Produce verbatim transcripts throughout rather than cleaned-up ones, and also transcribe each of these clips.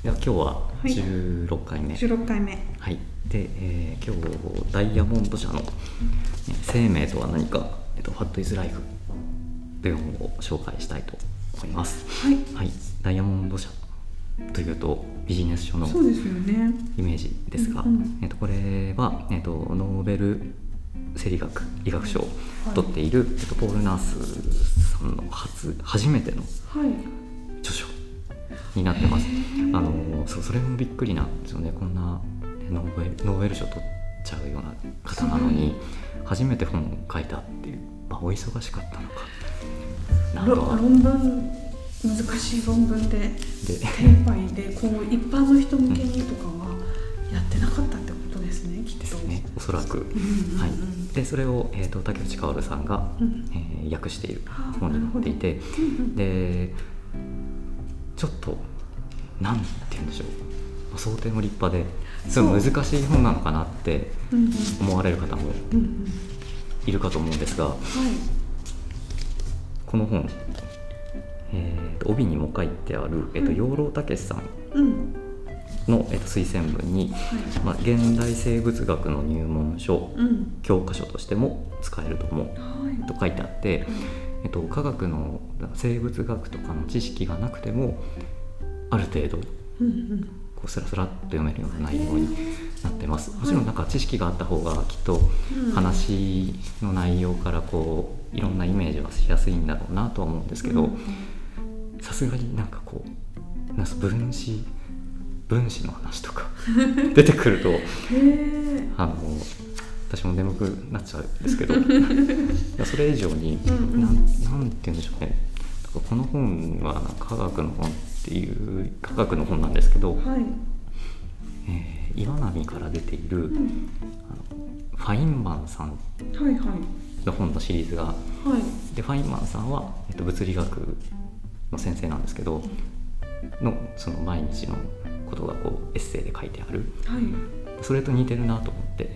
では今日はじゅうろっかいめ、 じゅうろっかいめ、 はい。で、えー、今日ダイヤモンド社の、ね、生命とは何か、えっと、What is Life という本を紹介したいと思います。 はい、 はい、ダイヤモンド社というとビジネス書のそうですよねイメージですが、 うんうん、 えっと、これは、えっと、ノーベル生理学医学賞を取っている、はい、えっと、ポール・ナースさんの初初めての著書になってます。あのそうそれもびっくりなんですよね。こんなノーベル、ノーベル賞取っちゃうような方なのに初めて本を書いたっていう、まあ、お忙しかったのかなんか論文難しい論文で手一杯でこう一般の人向けにとかはやってなかったってことですね、きっとですね、おそらく、 うんうんうん、 はい、でそれを、えーと、竹内薫さんが、うんえー、訳している本になっていて、うんうん、でちょっとなんて言うんでしょう、想定も立派ですごい難しい本なのかなって思われる方もいるかと思うんですが、うんうん、この本、えー、と帯にも書いてある、えー、と養老孟司さんの、えー、と推薦文に、はい、まあ、現代生物学の入門書、うん、教科書としても使えると思う、はい、と書いてあって、えー、と科学の生物学とかの知識がなくてもある程度、うんうん、こうスラスラっと読めるような内容になってます。もちろんなんか知識があった方がきっと話の内容からこういろんなイメージはしやすいんだろうなとは思うんですけど、さすがになんかこうなんか分子分子の話とか出てくるとあの私も眠くなっちゃうんですけどそれ以上に、うんうん、なん、なんて言うんでしょうね、この本は科学の本っていう科学の本なんですけど、はい、えー、岩波から出ている、うん、あのファインマンさんの本のシリーズが、はいはい、でファインマンさんは、えっと、物理学の先生なんですけどのその毎日のことがこうエッセイで書いてある、はい、それと似てるなと思って、はい、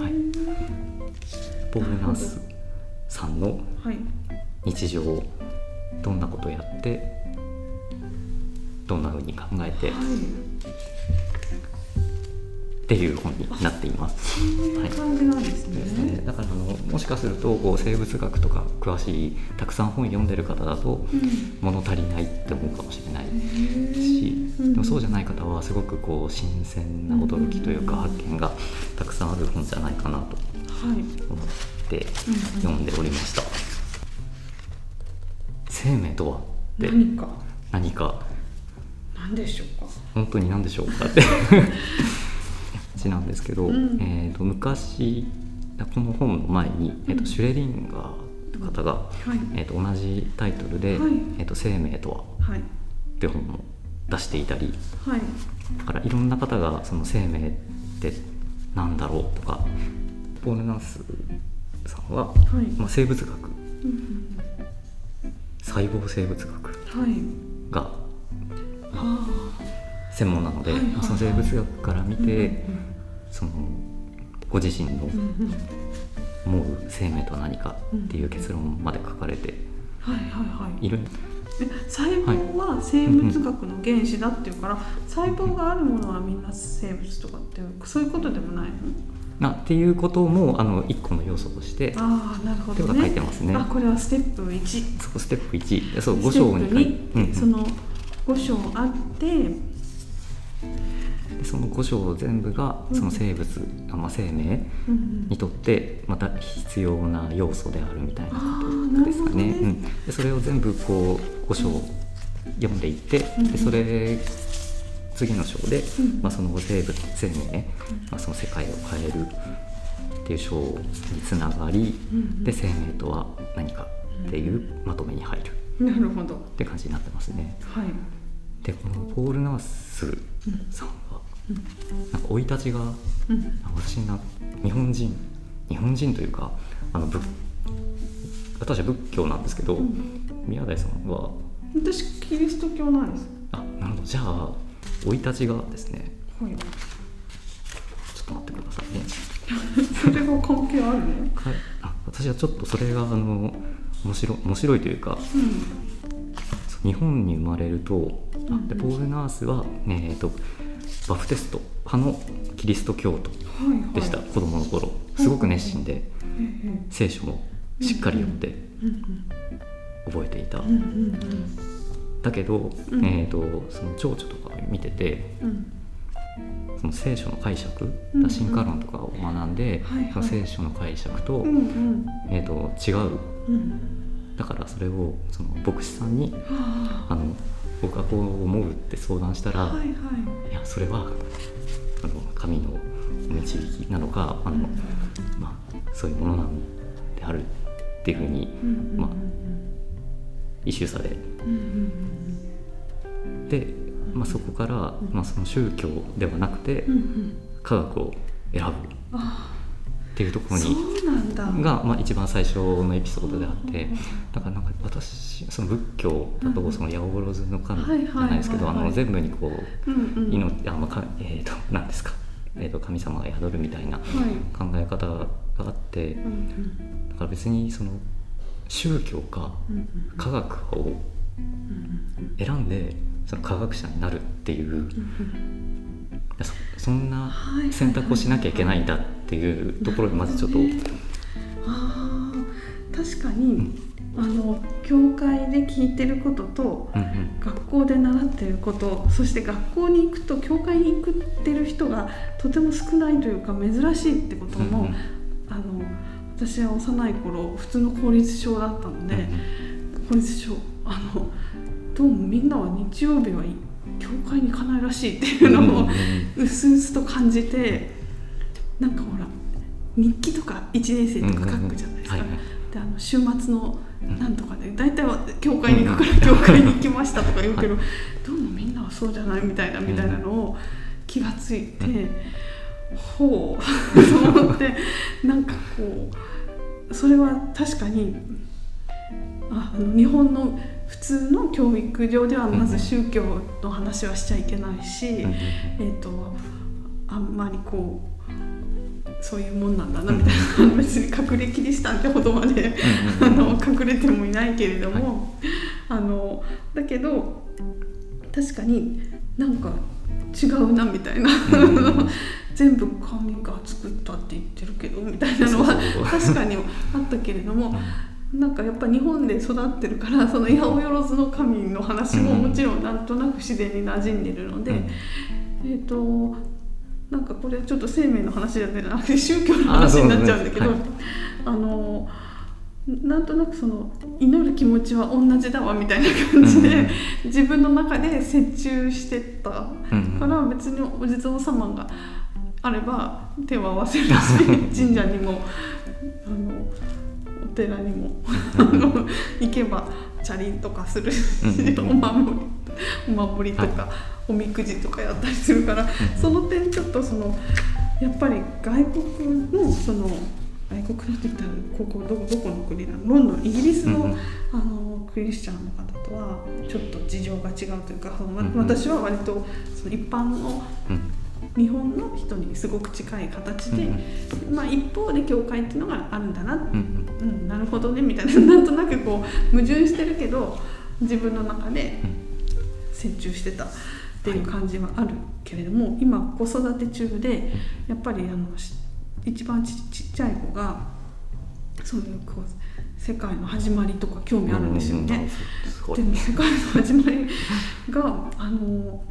ポール・ナースさんの日常をどんなことをやってどんな風に考えて、はい、っていう本になっています。 そういう感じなんですね。 はい、ね、だからあのもしかするとこう生物学とか詳しいたくさん本読んでる方だと、うん、物足りないって思うかもしれないし、うん、でもそうじゃない方はすごくこう新鮮な驚きというか発見がたくさんある本じゃないかなと思って読んでおりました。はい、生命とはって何か何か何でしょうか、 本当に何でしょうかってなんですけど、うん、えー、と昔この本の前に、えー、とシュレディンガーという方が、はい、えー、と同じタイトルで、はい、えー、と生命とは、はい、って本も出していたり、はい、だからいろんな方がその生命ってなんだろうとか、ポール・ナースさんは、はい、まあ、生物学、うん、細胞生物学が、はい、専門なので、はいはいはい、その生物学から見て、うんうん、そのご自身の思う生命とは何かっていう結論まで書かれている。 細胞は生物学の原子だっていうから、うんうん、細胞があるものはみんな生物とかっていうそういうことでもないの？ なっていうこともあのいっこの要素としてあなるほど、ね、 書いてますね。 あこれはステップいち、 そうステップいち、そうご章に書いて、 うんうん、そのご章あってそのご章全部がその生物、うん、まあ、生命にとってまた必要な要素であるみたいなことですかね。ね、うん、でそれを全部こうご章読んでいって、うん、でそれ次の章で、うん、まあ、その生物生命、まあ、その世界を変えるっていう章につながり、うん、で生命とは何かっていうまとめに入る、 なるほどって感じになってますね。はい、でこのポール・ナースさんは、うん、なんか生い立ちが、うん、私な日本人日本人というかあの仏私は仏教なんですけど、うん、宮台さんは私キリスト教なんです。 あ、なるほど。じゃあ生い立ちがですね、はい、ちょっと待ってくださいねそれが関係あるねあ、私はちょっとそれがあの面白、面白いというか、うん、日本に生まれるとうん、 でポール・ナースは、えー、とバプテスト派のキリスト教徒でした、はいはい、子供の頃すごく熱心で、うん、聖書もしっかり読んで覚えていた、うんうんうん、だけど、うん、えー、とその長女とか見てて、うん、その聖書の解釈、うんうん、進化論とかを学んで、はいはい、その聖書の解釈と、うんうん、えー、と違う、うん、だからそれをその牧師さんに、あの僕はこう思うって相談したら、はいはい、いやそれはあの神の導きなのか、あの、うんまあ、そういうものなんであるっていうふうに、うんうんまあ、一周され、うんうん、で、まあ、そこから、まあ、その宗教ではなくて、うんうん、科学を選ぶっていうところにが、まあ、一番最初のエピソードであって、だからなんか私その仏教だとその八百万の神じゃないですけど、全部にこう、うんうん、命あ、まあえー、と何ですか、えー、と神様が宿るみたいな考え方があって、はい、だから別にその宗教か科学かを選んでその科学者になるっていう、うんうん、そ, そんな選択をしなきゃいけないんだっていうところにまずちょっと、ね、 あ確かに、うん、あの教会で聞いてることと、うんうん、学校で習ってること、そして学校に行くと教会に行ってる人がとても少ないというか珍しいってことも、うんうん、あの私は幼い頃普通の公立小だったので、うんうん、公立小あのどうもみんなは日曜日は教会に行かないらしいっていうのをうすうすと感じて、なんかほら日記とかいちねん生とか書くじゃないですか、うんうんはいはい、であの週末のなんとかで大体は教会に行くから教会に行きましたとか言うけど、はい、どうもみんなはそうじゃないみたいなみたいなのを気がついて、うん、ほうと思ってなんかこうそれは確かにああの日本の普通の教育上ではまず宗教の話はしちゃいけないし、うん、えーと、あんまりこうそういうもんなんだなみたいな、別に隠れキリシタンってほどまであの隠れてもいないけれども、はい、あのだけど確かになんか違うなみたいな、うん、全部神が作ったって言ってるけどみたいなのは確かにあったけれども、なんかやっぱ日本で育ってるからその八百万の神の話ももちろんなんとなく自然に馴染んでるので、うん、えっとなんかこれちょっと生命の話じゃなくて宗教の話になっちゃうんだけど、あ、ねはい、あのなんとなくその祈る気持ちは同じだわみたいな感じで、うん、自分の中で折衷してったから、別にお地蔵様があれば手を合わせるし神社にもあのお寺にも行けばチャリンとかするし、お守り、お守りとか、はい、おみくじとかやったりするから、その点ちょっとそのやっぱり外国のその外国のって言ったらここ ど, どこの国なの、ロンドンイギリス の,、うん、あのクリスチャンの方とはちょっと事情が違うというか、その、うん、私は割とその一般の、うん日本の人にすごく近い形で、うんまあ、一方で教会っていうのがあるんだな、うんうん、なるほどねみたいな、なんとなくこう矛盾してるけど自分の中で折衷してたっていう感じはあるけれども、はい、今子育て中でやっぱりあの一番 ち, ちっちゃい子がそういうこう世界の始まりとか興味あるんですよね、うん、でも世界の始まりがあの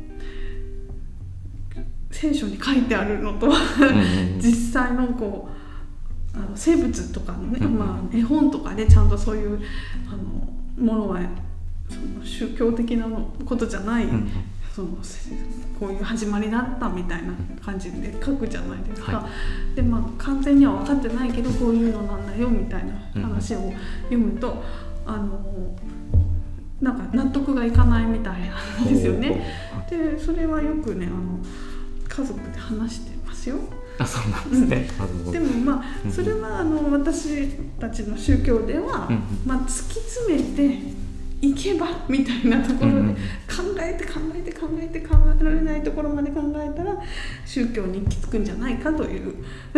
聖書に書いてあるのと実際のこうあの生物とかのね、まあ、絵本とかでちゃんとそういうあのものはその宗教的なことじゃない、そのこういう始まりだったみたいな感じで書くじゃないですか、はい、でまあ完全には分かってないけどこういうのなんだよみたいな話を読むと、あのなんか納得がいかないみたいなんですよね。でそれはよくねあの家族で話してますよ。 あ、そうなんですね、 うん、でもまあそれはあの私たちの宗教では、うんまあ、突き詰めていけばみたいなところで、うん、考えて考えて考えて考えられないところまで考えたら宗教に行き着くんじゃないかという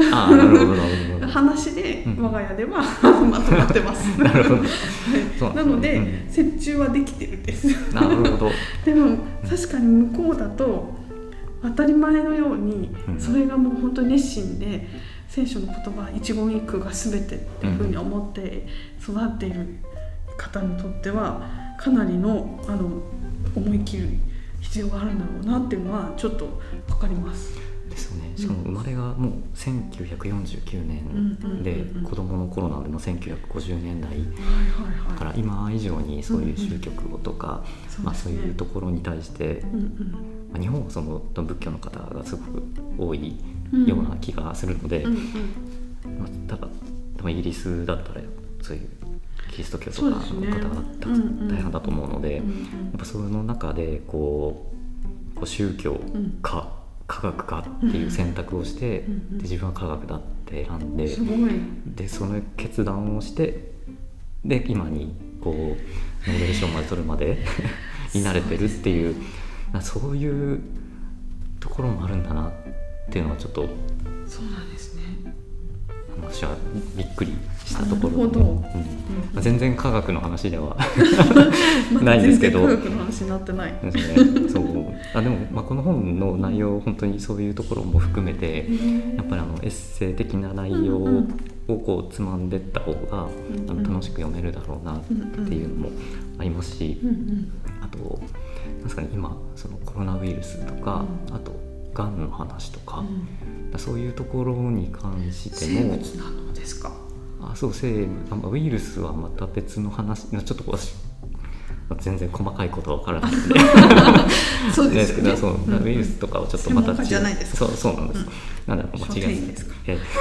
話で我が家ではまとまってます。なるほどなので、うん、折衷はできてるんです。なるほどでも確確かに向こうだと当たり前のように、 うん、 それがもう本当に熱心で聖書の言葉一言一句が全てっていうふうに思って育っている方にとってはかなりの、あの思い切る必要があるんだろうなっていうのはちょっと分かります。 ですよね。しかも生まれがもうせんきゅうひゃくよんじゅうきゅうねんで、子供の頃なのでせんきゅうひゃくごじゅうねんだいだから今以上にそういう宗教とか、うんうん、まあ、そういうところに対して、うんうん、まあ、日本はその仏教の方がすごく多いような気がするので、うんうん、まあ、ただでもイギリスだったらそういうキリスト教とかの方がたくさん大半だと思うので、やっぱその中でこう、こう宗教か、うん、科学かっていう選択をして、うんうん、で自分は科学だって選んで、すごいでその決断をしてで今にこうノーベル賞まで取るまでになれてるっていう、そういうところもあるんだなっていうのはちょっと、 そうなんですね、 私はびっくりしたところで、 なるほど、うん、 まあ、全然科学の話ではないんですけど、 全然科学の話になってないですね。そうあでも、まあ、この本の内容本当にそういうところも含めてやっぱりあのエッセイ的な内容をこうつまんでいった方が、うんうん、あの楽しく読めるだろうなっていうのもありますし、うんうん、あとなんですかね、今そのコロナウイルスとか、うん、あとがんの話とか、うん、そういうところに関しても、 生物なのですか？ あ、そう、生物、ウイルスはまた別の話、ちょっと私全然細かいことは分からないのでそうですよね、 そう、うんうん、ウイルスとかはちょっとまた違う、 じゃないですか。 そう、そうなんです、うん、なんだろう、間違いですか。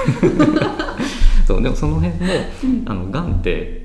そうでもその辺も、うん、あのがんって、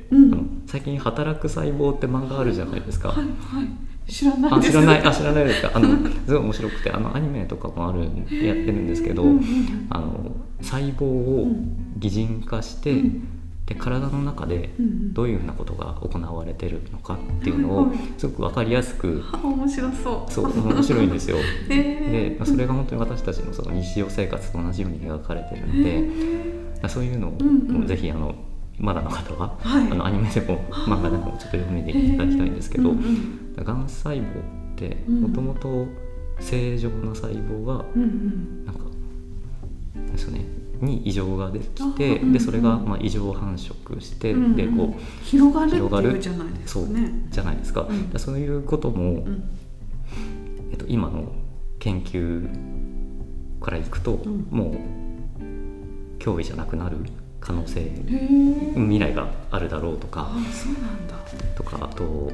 うん、あの最近働く細胞って漫画あるじゃないですか。 はいはい、知らないです。 あ、知らない、あ、知らないですか。あのすごい面白くて、あのアニメとかもあるやってるんですけど、うんうん、あの細胞を擬人化して、うん、で体の中でどういうふうなことが行われてるのかっていうのをすごく分かりやすく、 うんうん、面白そう。 そう、面白いんですよ。で、それが本当に私たちのその日常生活と同じように描かれてるので、そういうのを、うんうん、ぜひあのまだの方は、はい、あのアニメでも漫画でもちょっと読んでいただきたいんですけど、うんうん、がん細胞ってもともと正常な細胞がなんかですよねに異常ができて、でそれがまあ異常繁殖して、うんうん、でこう広がるっていうじゃないですかね。 そうじゃないですか、うん、そういうことも、うん、えっと、今の研究からいくと、うん、もう脅威じゃなくなる可能性、未来があるだろうとか、 あ、そうなんだとか、あと、うんうん、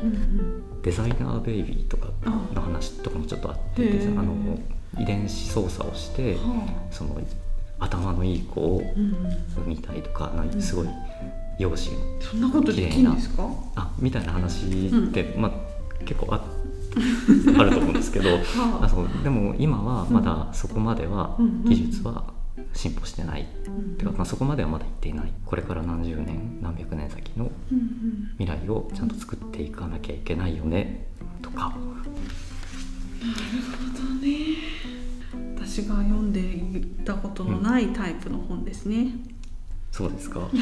デザイナーベイビーとかの話とかもちょっとあって、あの遺伝子操作をして、その頭のいい子を産みたいとか、うん、すごい容姿そんなことできるんですか？ あ、みたいな話って、うん、まあ、結構 あ, あると思うんですけど、はあ、あ、そうでも今はまだそこまでは技術は進歩してない、うんうん、てか、まあ、そこまではまだいっていない。これから何十年何百年先の未来をちゃんと作っていかなきゃいけないよねとか。なるほどね。私が読んでいたことのないタイプの本ですね、うん、 そうですか。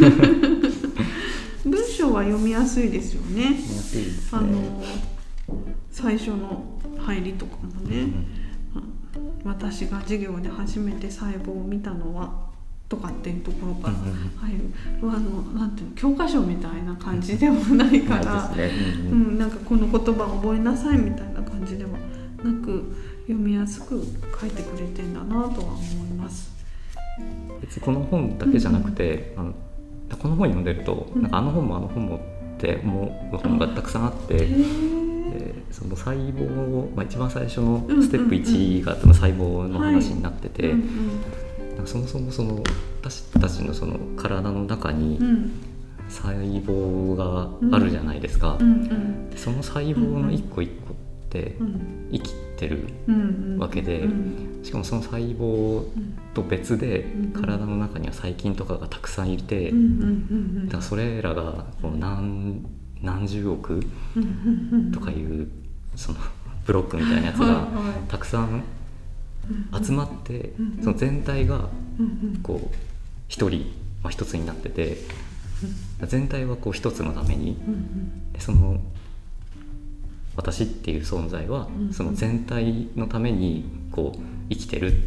文章は読みやすいですよね。 読みやすいですね。あの最初の入りとかもね、うん、私が授業で初めて細胞を見たのはとかっていうところから入る、うんうん、あのなんていうの、教科書みたいな感じでもないから、うん、うん、なんかこの言葉を覚えなさいみたいな感じではなく、読みやすく書いてくれてんだなとは思います。 別にこの本だけじゃなくて、うんうん、あのこの本読んでると、うん、なんかあの本もあの本もって思う本がたくさんあって、でその細胞を、まあ、一番最初のステップいちがその細胞の話になってて、うんうんうん、なんかそもそもその私たちのその体の中に細胞があるじゃないですか、うんうんうん、でその細胞の一個一個って生きてるわけで、しかもその細胞と別で体の中には細菌とかがたくさんいて、だからそれらがこう 何, 何十億とかいうそのブロックみたいなやつがたくさん集まって、その全体がこう一人、まあ、一つになってて、全体はこう一つのために、でその私っていう存在は、 うんうん、 その全体のためにこう生きてるって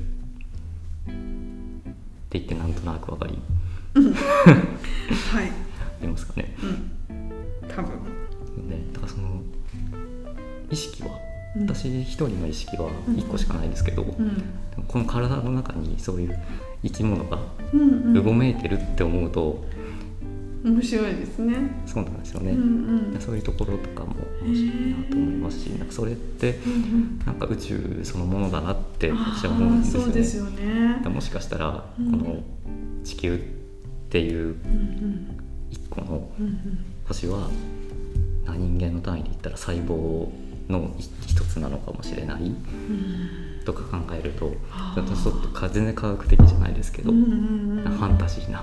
言ってなんとなくわかり、 うん、はいありますかね、 うん、多分ね、だからその意識は、 うん、 私一人の意識はいっこしかないですけど、うん、この体の中にそういう生き物がうごめいてるって思うと、 うんうん、面白いですね。 そうなんですよね、 うんうん、 そういうところとかも面白いなと思いますし、なんかそれってなんか宇宙そのものだなって私は思うんですよね。 そうですよね。 もしかしたらこの地球っていう一個の星は人間の単位で言ったら細胞の一つなのかもしれないとか考えると、ちょっとちょっと全然科学的じゃないですけど、ファンタジーな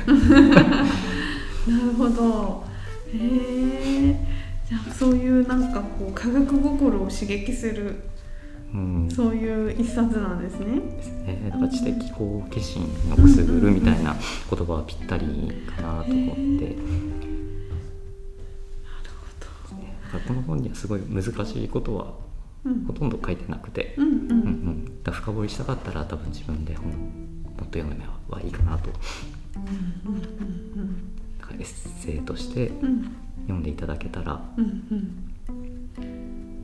なるほど。へえ。じゃあそういうなんかこう科学心を刺激する、うん、そういう一冊なんですね。 ですね。だから知的好奇心をくすぐるみたいな言葉はぴったりかなと思って。なるほど。 だからこの本にはすごい難しいことはほとんど書いてなくて、 うんうんうんうん、 だから深掘りしたかったら多分自分で本もっと読めばいいかなと。 うんうんうんうんエッセイとして読んでいただけたら、うんうん、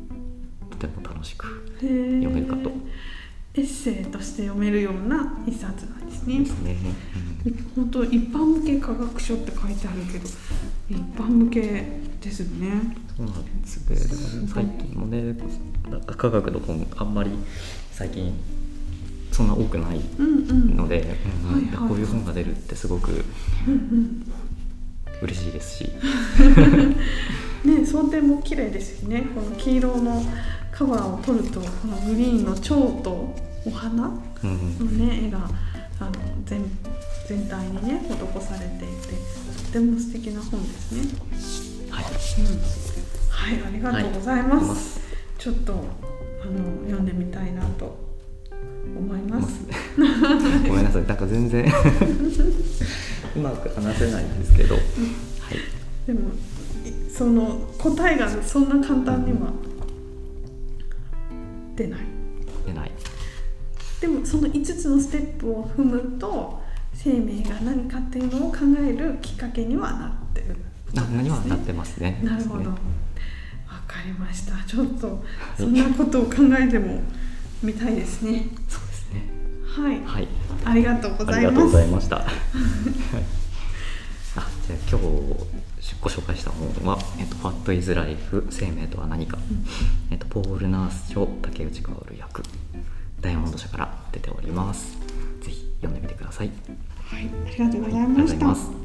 とても楽しく読めるかと。 エッセイとして読めるような一冊なんですね。 ですね、 うん、本当一般向け科学書って書いてあるけど一般向けですね。 そうなんですね。でも最近もね科学の本あんまり最近そんな多くないので、こういう本が出るってすごく、うんうん嬉しいですしね、装丁も綺麗ですよね。この黄色のカバーを取るとこのグリーンの蝶とお花の、ねうん、絵があの 全, 全体にね施されていてとても素敵な本ですね。 はい、 うん、はい、ありがとうございます、はい、ちょっとあの読んでみたいなと思います。 ごめんなさい、なんか全然うまく話せないんですけど、うんはい、 でもその答えがそんな簡単には出ない出ないでもそのいつつのステップを踏むと生命が何かっていうのを考えるきっかけにはなってる、ね、 何はなってますね。 なるほど、わかりました。ちょっとそんなことを考えてもみたいですね。 そうですね。 はい、 はい、 ありがとうございます。 ありがとうございました。はい、あ、じゃあ今日ご紹介した本は、えっと、What is Life? 生命とは何か、うんえっと、ポール・ナース著、竹内薫訳、ダイヤモンド社から出ております。ぜひ読んでみてください。 はい、ありがとうございました。